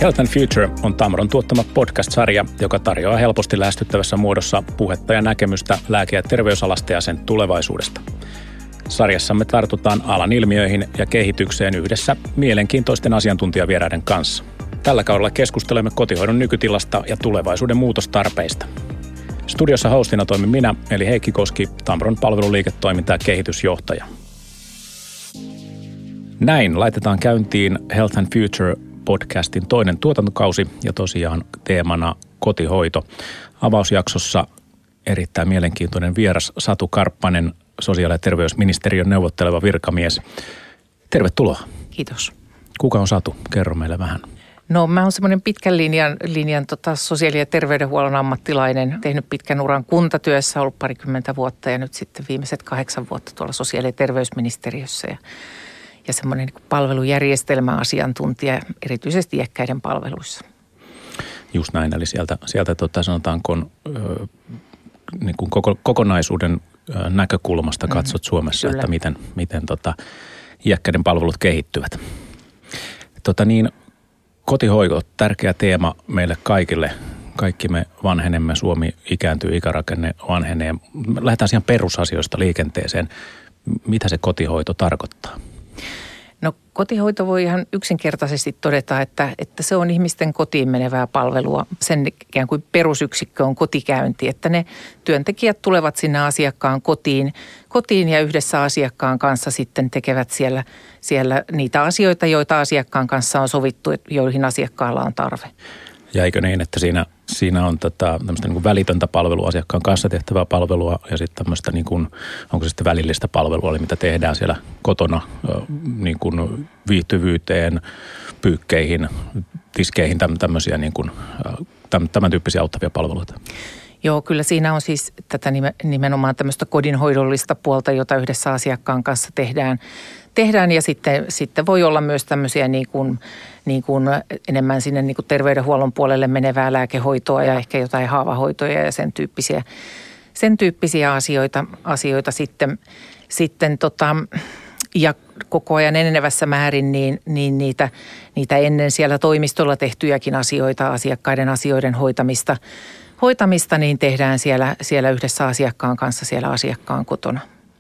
Health and Future on Tamron tuottama podcast-sarja, joka tarjoaa helposti lähestyttävässä muodossa puhetta ja näkemystä lääke- ja terveysalasta ja sen tulevaisuudesta. Sarjassamme tartutaan alan ilmiöihin ja kehitykseen yhdessä mielenkiintoisten asiantuntijavieraiden kanssa. Tällä kaudella keskustelemme kotihoidon nykytilasta ja tulevaisuuden muutostarpeista. Studiossa hostina toimin minä, eli Heikki Koski, Tamron palveluliiketoiminta- ja kehitysjohtaja. Näin laitetaan käyntiin Health and Future podcastin toinen tuotantokausi ja tosiaan teemana kotihoito. Avausjaksossa erittäin mielenkiintoinen vieras Satu Karppanen, sosiaali- ja terveysministeriön neuvotteleva virkamies. Tervetuloa. Kiitos. Kuka on Satu? Kerro meille vähän. No mä oon semmoinen pitkän linjan sosiaali- ja terveydenhuollon ammattilainen. Tehnyt pitkän uran kuntatyössä, ollut parikymmentä vuotta ja nyt sitten viimeiset 8 vuotta tuolla sosiaali- ja terveysministeriössä. Ja semmoinen niin palvelujärjestelmäasiantuntija, erityisesti iäkkäiden palveluissa. Just näin, eli sieltä sanotaanko niin kuin kokonaisuuden näkökulmasta katsot Suomessa, Kyllä. Että miten iäkkäiden palvelut kehittyvät. Kotihoito, tärkeä teema meille kaikille. Kaikki me vanhenemme, Suomi ikääntyy, ikärakenne vanhenee. Lähdetään ihan perusasioista liikenteeseen. Mitä se kotihoito tarkoittaa? No kotihoito voi ihan yksinkertaisesti todeta, että se on ihmisten kotiin menevää palvelua. Sen ikään kuin perusyksikkö on kotikäynti, että ne työntekijät tulevat sinne asiakkaan kotiin ja yhdessä asiakkaan kanssa sitten tekevät siellä niitä asioita, joita asiakkaan kanssa on sovittu, joihin asiakkaalla on tarve. Ja eikö niin, että siinä on tämmöistä niin kuin välitöntä palvelua, asiakkaan kanssa tehtävää palvelua ja sitten tämmöistä, niin kuin, onko se sitten välillistä palvelua, eli mitä tehdään siellä kotona niin kuin viihtyvyyteen, pyykkeihin, tiskeihin, tämmöisiä niin kuin, tämän tyyppisiä auttavia palveluita. Joo, kyllä siinä on siis tätä nimenomaan tämmöistä kodinhoidollista puolta, jota yhdessä asiakkaan kanssa tehdään ja sitten voi olla myös tämmöisiä niin kuin enemmän sinne niin kuin terveydenhuollon puolelle menevää lääkehoitoa ja ehkä jotain haavahoitoja ja sen tyyppisiä asioita sitten ja koko ajan enenevässä määrin niin niitä ennen siellä toimistolla tehtyjäkin asioita, asiakkaiden asioiden hoitamista niin tehdään siellä yhdessä asiakkaan kanssa siellä asiakkaan kotona.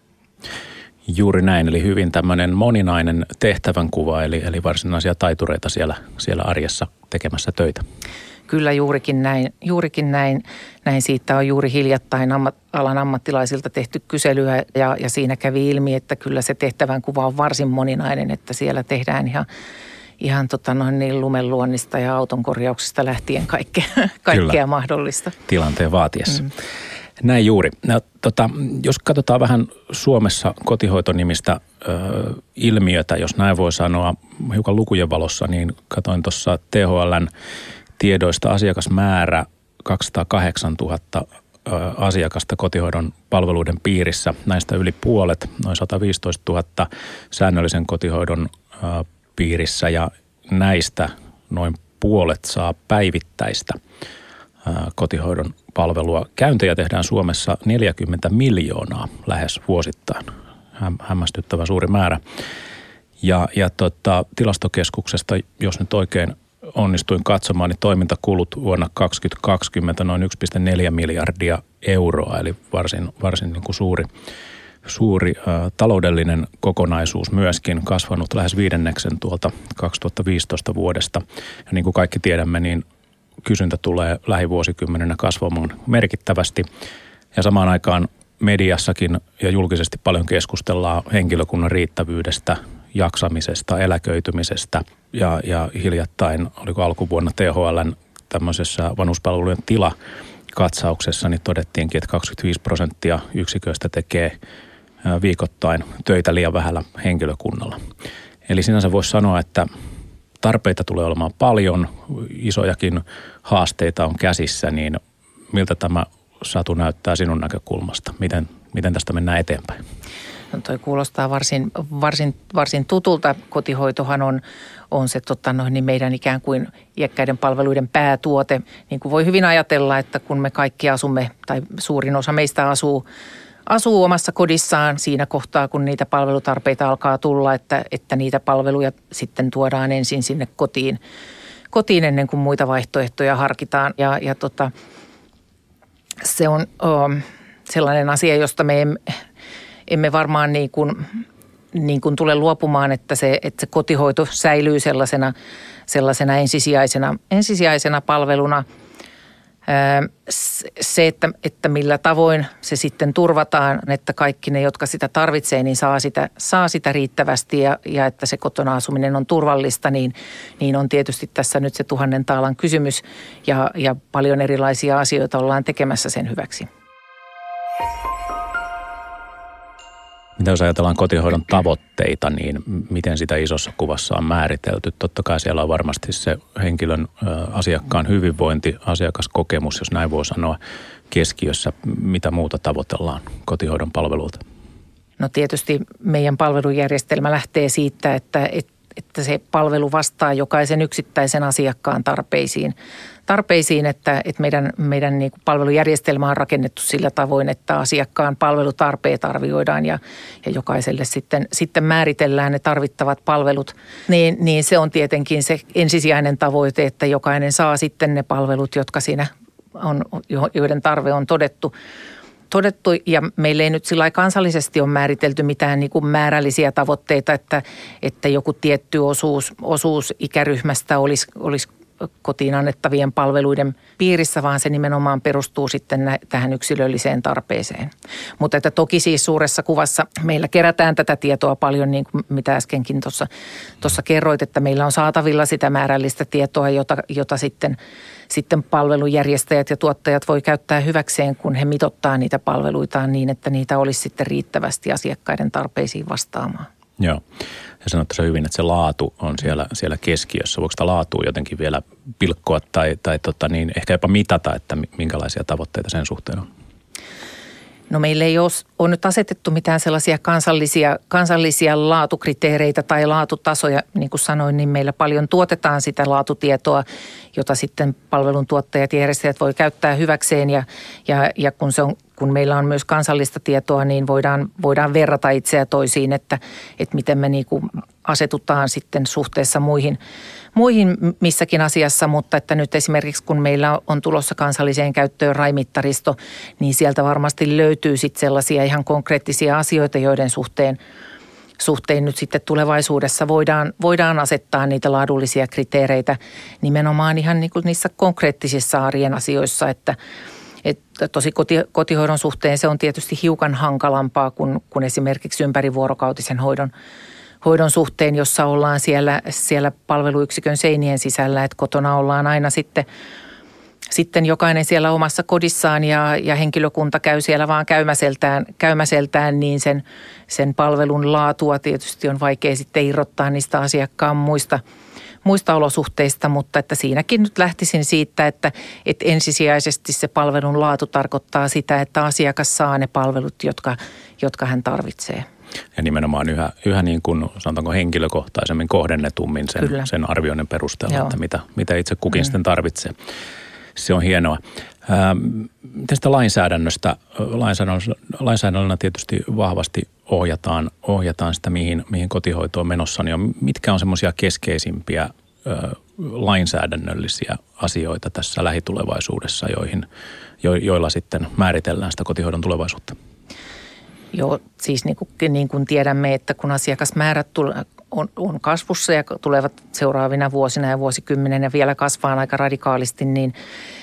Juuri näin, eli hyvin tämmöinen moninainen tehtävänkuva, eli varsinaisia taitureita siellä arjessa tekemässä töitä. Kyllä juurikin näin. Näin siitä on juuri hiljattain alan ammattilaisilta tehty kyselyä ja siinä kävi ilmi, että kyllä se tehtävänkuva on varsin moninainen, että siellä tehdään ihan lumenluonnista ja auton korjauksesta lähtien kaikkea mahdollista. Tilanteen vaatiessa. Näin juuri. No, jos katsotaan vähän Suomessa kotihoitonimistä ilmiötä, jos näin voi sanoa hiukan lukujen valossa, niin katsoin tuossa THL:n tiedoista asiakasmäärä 208 000 asiakasta kotihoidon palveluiden piirissä. Näistä yli puolet, noin 115 000 säännöllisen kotihoidon piirissä ja näistä noin puolet saa päivittäistä kotihoidon palvelua. Käyntejä tehdään Suomessa 40 miljoonaa lähes vuosittain. Hämmästyttävä suuri määrä. Ja tilastokeskuksesta, jos nyt oikein onnistuin katsomaan, niin toimintakulut vuonna 2020 noin 1,4 miljardia euroa, eli varsin niin kuin suuri taloudellinen kokonaisuus myöskin, kasvanut lähes 5% tuolta 2015 vuodesta. Ja niin kuin kaikki tiedämme, niin kysyntä tulee lähivuosikymmenenä kasvamaan merkittävästi ja samaan aikaan mediassakin ja julkisesti paljon keskustellaan henkilökunnan riittävyydestä, jaksamisesta, eläköitymisestä ja hiljattain, oliko alkuvuonna THL:n tämmöisessä vanhuspalvelujen tilakatsauksessa, niin todettiinkin, että 25% yksiköistä tekee viikoittain töitä liian vähällä henkilökunnalla. Eli sinänsä voisi sanoa, että tarpeita tulee olemaan paljon, isojakin haasteita on käsissä, niin miltä tämä, Satu, näyttää sinun näkökulmasta? Miten tästä mennään eteenpäin? No toi kuulostaa varsin tutulta. Kotihoitohan on se niin meidän ikään kuin iäkkäiden palveluiden päätuote. Niin kuin voi hyvin ajatella, että kun me kaikki asumme, tai suurin osa meistä asuu omassa kodissaan siinä kohtaa, kun niitä palvelutarpeita alkaa tulla, että niitä palveluja sitten tuodaan ensin sinne kotiin ennen kuin muita vaihtoehtoja harkitaan. Se on sellainen asia, josta me emme varmaan niin kuin tule luopumaan, että se kotihoito säilyy sellaisena ensisijaisena palveluna. Se, että millä tavoin se sitten turvataan, että kaikki ne, jotka sitä tarvitsee, niin saa sitä riittävästi ja että se kotona asuminen on turvallista, niin on tietysti tässä nyt se 1000 taalan kysymys ja paljon erilaisia asioita ollaan tekemässä sen hyväksi. Mitä jos ajatellaan kotihoidon tavoitteita, niin miten sitä isossa kuvassa on määritelty? Totta kai siellä on varmasti se henkilön asiakkaan hyvinvointi, asiakaskokemus, jos näin voi sanoa, keskiössä. Mitä muuta tavoitellaan kotihoidon palvelulta? No tietysti meidän palvelujärjestelmä lähtee siitä, että se palvelu vastaa jokaisen yksittäisen asiakkaan tarpeisiin, että meidän niin kuin palvelujärjestelmä on rakennettu sillä tavoin, että asiakkaan palvelutarpeet arvioidaan ja jokaiselle sitten määritellään ne tarvittavat palvelut. Niin se on tietenkin se ensisijainen tavoite, että jokainen saa sitten ne palvelut, jotka siinä on, joiden tarve on todettu ja meillä ei nyt sillä lailla kansallisesti ole määritelty mitään niin kuin määrällisiä tavoitteita, että joku tietty osuus ikäryhmästä olisi kotiin annettavien palveluiden piirissä, vaan se nimenomaan perustuu sitten tähän yksilölliseen tarpeeseen. Mutta että toki siis suuressa kuvassa meillä kerätään tätä tietoa paljon, niin kuin mitä äskenkin tuossa kerroit, että meillä on saatavilla sitä määrällistä tietoa, jota sitten palvelujärjestäjät ja tuottajat voi käyttää hyväkseen, kun he mitoittaa niitä palveluitaan niin, että niitä olisi sitten riittävästi asiakkaiden tarpeisiin vastaamaan. Joo. Ja sanoit tässä hyvin, että se laatu on siellä keskiössä. Voiko sitä laatua jotenkin vielä pilkkoa tai ehkä jopa mitata, että minkälaisia tavoitteita sen suhteen on? No meillä ei ole nyt asetettu mitään sellaisia kansallisia laatukriteereitä tai laatutasoja. Niin kuin sanoin, niin meillä paljon tuotetaan sitä laatutietoa, jota sitten palveluntuottajat ja järjestäjät voi käyttää hyväkseen. Ja kun meillä on myös kansallista tietoa, niin voidaan verrata itseä toisiin, että miten me niin kuin asetutaan sitten suhteessa muihin missäkin asiassa, mutta että nyt esimerkiksi kun meillä on tulossa kansalliseen käyttöön RAI-mittaristo, niin sieltä varmasti löytyy sitten sellaisia ihan konkreettisia asioita, joiden suhteen nyt sitten tulevaisuudessa voidaan asettaa niitä laadullisia kriteereitä nimenomaan ihan niin kuin niissä konkreettisissa arjen asioissa, että tosi kotihoidon suhteen se on tietysti hiukan hankalampaa kuin esimerkiksi ympärivuorokautisen hoidon suhteen, jossa ollaan siellä palveluyksikön seinien sisällä, että kotona ollaan aina sitten jokainen siellä omassa kodissaan ja henkilökunta käy siellä vaan käymäseltään, niin sen palvelun laatua tietysti on vaikea sitten irrottaa niistä asiakkaan muista olosuhteista, mutta että siinäkin nyt lähtisin siitä, että ensisijaisesti se palvelun laatu tarkoittaa sitä, että asiakas saa ne palvelut, jotka hän tarvitsee. Ja nimenomaan yhä niin kuin, sanotaanko henkilökohtaisemmin kohdennetummin sen arvioinnin perusteella, Joo. Että mitä itse kukin sitten tarvitsee. Se on hienoa. Miten sitä lainsäädännöllä tietysti vahvasti ohjataan sitä, mihin kotihoito on menossa, niin mitkä on semmoisia keskeisimpiä lainsäädännöllisiä asioita tässä lähitulevaisuudessa, joilla sitten määritellään sitä kotihoidon tulevaisuutta? Joo, siis niin kuin tiedämme, että kun asiakasmäärät on kasvussa ja tulevat seuraavina vuosina ja vuosikymmenenä vielä kasvaa aika radikaalisti, niin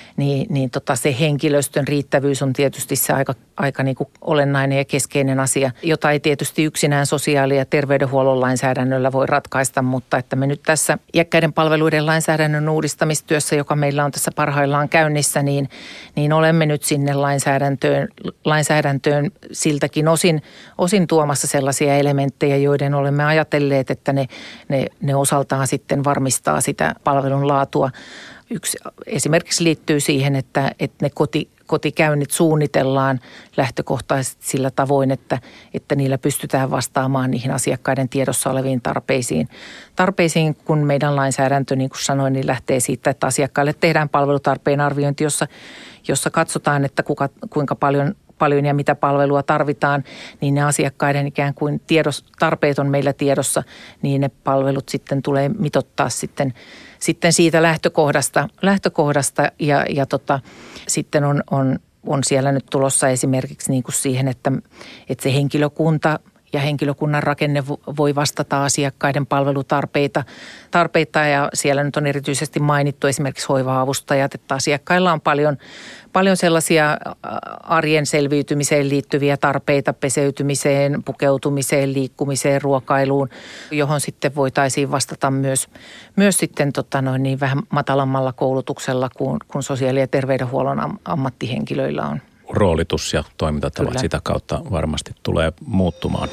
se henkilöstön riittävyys on tietysti se aika niin kuin olennainen ja keskeinen asia, jota ei tietysti yksinään sosiaali- ja terveydenhuollon lainsäädännöllä voi ratkaista, mutta että me nyt tässä iäkkäiden palveluiden lainsäädännön uudistamistyössä, joka meillä on tässä parhaillaan käynnissä, niin olemme nyt sinne lainsäädäntöön siltäkin osin tuomassa sellaisia elementtejä, joiden olemme ajatelleet, että ne osaltaan sitten varmistaa sitä palvelun laatua. Yksi esimerkiksi liittyy siihen, että ne kotikäynnit suunnitellaan lähtökohtaisesti sillä tavoin, että niillä pystytään vastaamaan niihin asiakkaiden tiedossa oleviin tarpeisiin, kun meidän lainsäädäntö, niin kuin sanoin, niin lähtee siitä, että asiakkaille tehdään palvelutarpeen arviointi, jossa katsotaan, että kuinka paljon paljon ja mitä palvelua tarvitaan, niin ne asiakkaiden ikään kuin tarpeet on meillä tiedossa, niin ne palvelut sitten tulee mitoittaa sitten siitä lähtökohdasta ja sitten on siellä nyt tulossa esimerkiksi niin kuin siihen, että se henkilökunta ja henkilökunnan rakenne voi vastata asiakkaiden palvelutarpeita ja siellä nyt on erityisesti mainittu esimerkiksi hoiva-avustajat, että asiakkailla on paljon sellaisia arjen selviytymiseen liittyviä tarpeita, peseytymiseen, pukeutumiseen, liikkumiseen, ruokailuun, johon sitten voitaisiin vastata myös sitten niin vähän matalammalla koulutuksella kuin sosiaali- ja terveydenhuollon ammattihenkilöillä on. Roolitus ja toimintatavat Kyllä. Sitä kautta varmasti tulee muuttumaan.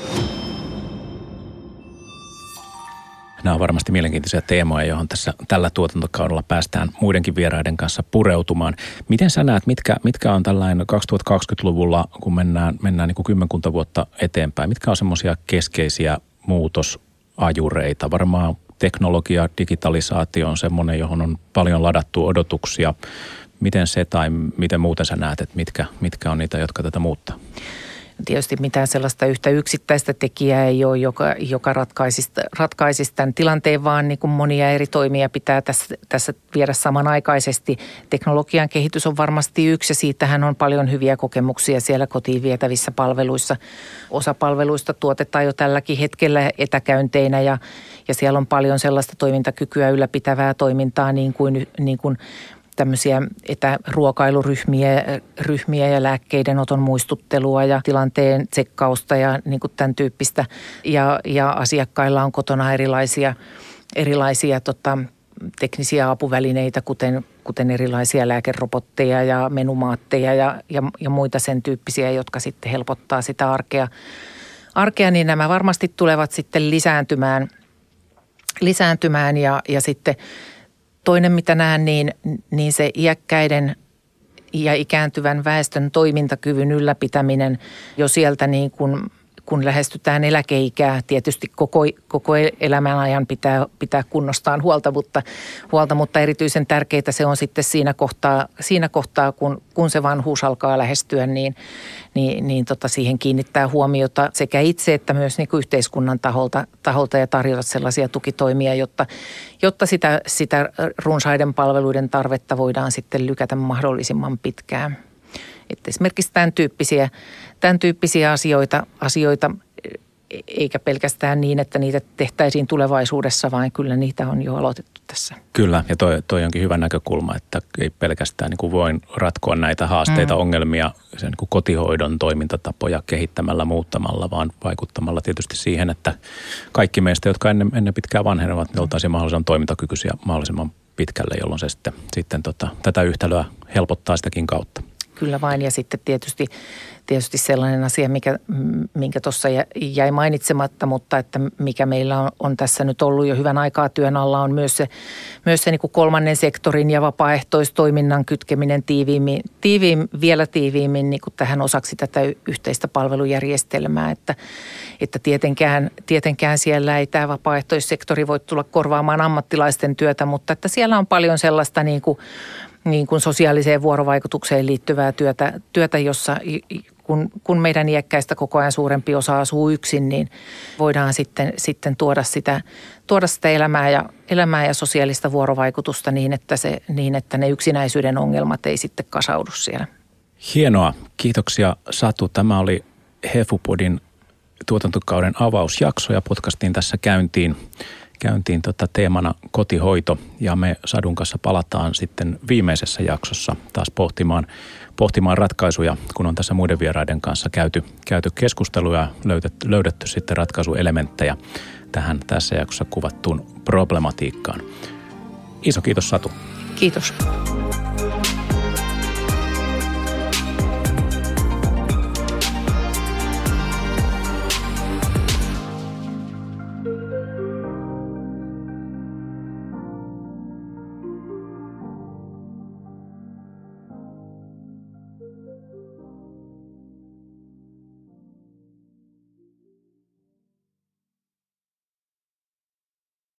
Nämä on varmasti mielenkiintoisia teemoja, johon tällä tuotantokaudella päästään muidenkin vieraiden kanssa pureutumaan. Miten sä näet, mitkä on tällainen 2020-luvulla, kun mennään niin kuin kymmenkunta vuotta eteenpäin, mitkä on semmoisia keskeisiä muutosajureita? Varmaan teknologia, digitalisaatio on semmoinen, johon on paljon ladattu odotuksia. Miten se tai miten muuten sä näet, että mitkä on niitä, jotka tätä muuttaa? Tietysti mitään sellaista yhtä yksittäistä tekijää ei ole, joka ratkaisisi tämän tilanteen, vaan niin kuin monia eri toimia pitää tässä viedä samanaikaisesti. Teknologian kehitys on varmasti yksi ja siitähän on paljon hyviä kokemuksia siellä kotiin vietävissä palveluissa. Osa palveluista tuotetaan jo tälläkin hetkellä etäkäynteinä ja siellä on paljon sellaista toimintakykyä ylläpitävää toimintaa niin kuin tämmöisiä etäruokailuryhmiä ja lääkkeiden oton muistuttelua ja tilanteen tsekkausta ja niin kuin tämän tyyppistä. Ja asiakkailla on kotona erilaisia teknisiä apuvälineitä, kuten erilaisia lääkerobotteja ja menumaatteja ja muita sen tyyppisiä, jotka sitten helpottaa sitä arkea, niin nämä varmasti tulevat sitten lisääntymään ja sitten toinen, mitä näen, niin se iäkkäiden ja ikääntyvän väestön toimintakyvyn ylläpitäminen jo sieltä niin kun lähestytään eläkeikää. Tietysti koko elämän ajan pitää kunnostaan huolta, mutta erityisen tärkeää se on sitten siinä kohtaa kun se vanhuus alkaa lähestyä, niin siihen kiinnittää huomiota sekä itse että myös niin kuin yhteiskunnan taholta ja tarjota sellaisia tukitoimia, jotta sitä runsaiden palveluiden tarvetta voidaan sitten lykätä mahdollisimman pitkään. Että esimerkiksi tämän tyyppisiä asioita, eikä pelkästään niin, että niitä tehtäisiin tulevaisuudessa, vaan kyllä niitä on jo aloitettu tässä. Kyllä, ja toi onkin hyvä näkökulma, että ei pelkästään niin kuin voin ratkoa näitä haasteita, ongelmia, sen niin kuin kotihoidon toimintatapoja kehittämällä, muuttamalla, vaan vaikuttamalla tietysti siihen, että kaikki meistä, jotka ennen pitkää vanhenevat, niin oltaisiin mahdollisimman toimintakykyisiä mahdollisimman pitkälle, jolloin se sitten tätä yhtälöä helpottaa sitäkin kautta. Kyllä vain, ja sitten tietysti sellainen asia, minkä tuossa jäi mainitsematta, mutta että mikä meillä on tässä nyt ollut jo hyvän aikaa työn alla, on myös se niin kuin kolmannen sektorin ja vapaaehtoistoiminnan kytkeminen vielä tiiviimmin niin kuin tähän osaksi tätä yhteistä palvelujärjestelmää, että tietenkään siellä ei tämä vapaaehtoissektori voi tulla korvaamaan ammattilaisten työtä, mutta että siellä on paljon sellaista niin kuin sosiaaliseen vuorovaikutukseen liittyvää työtä, jossa kun meidän iäkkäistä koko ajan suurempi osa asuu yksin, niin voidaan sitten tuoda sitä elämää ja sosiaalista vuorovaikutusta niin, että ne yksinäisyyden ongelmat ei sitten kasaudu siellä. Hienoa. Kiitoksia Satu. Tämä oli Hefupodin tuotantokauden avausjakso ja podcastiin tässä käyntiin teemana kotihoito ja me Sadun kanssa palataan sitten viimeisessä jaksossa taas pohtimaan ratkaisuja, kun on tässä muiden vieraiden kanssa käyty keskustelua ja löydetty sitten ratkaisuelementtejä tähän tässä jaksossa kuvattuun problematiikkaan. Iso kiitos Satu. Kiitos.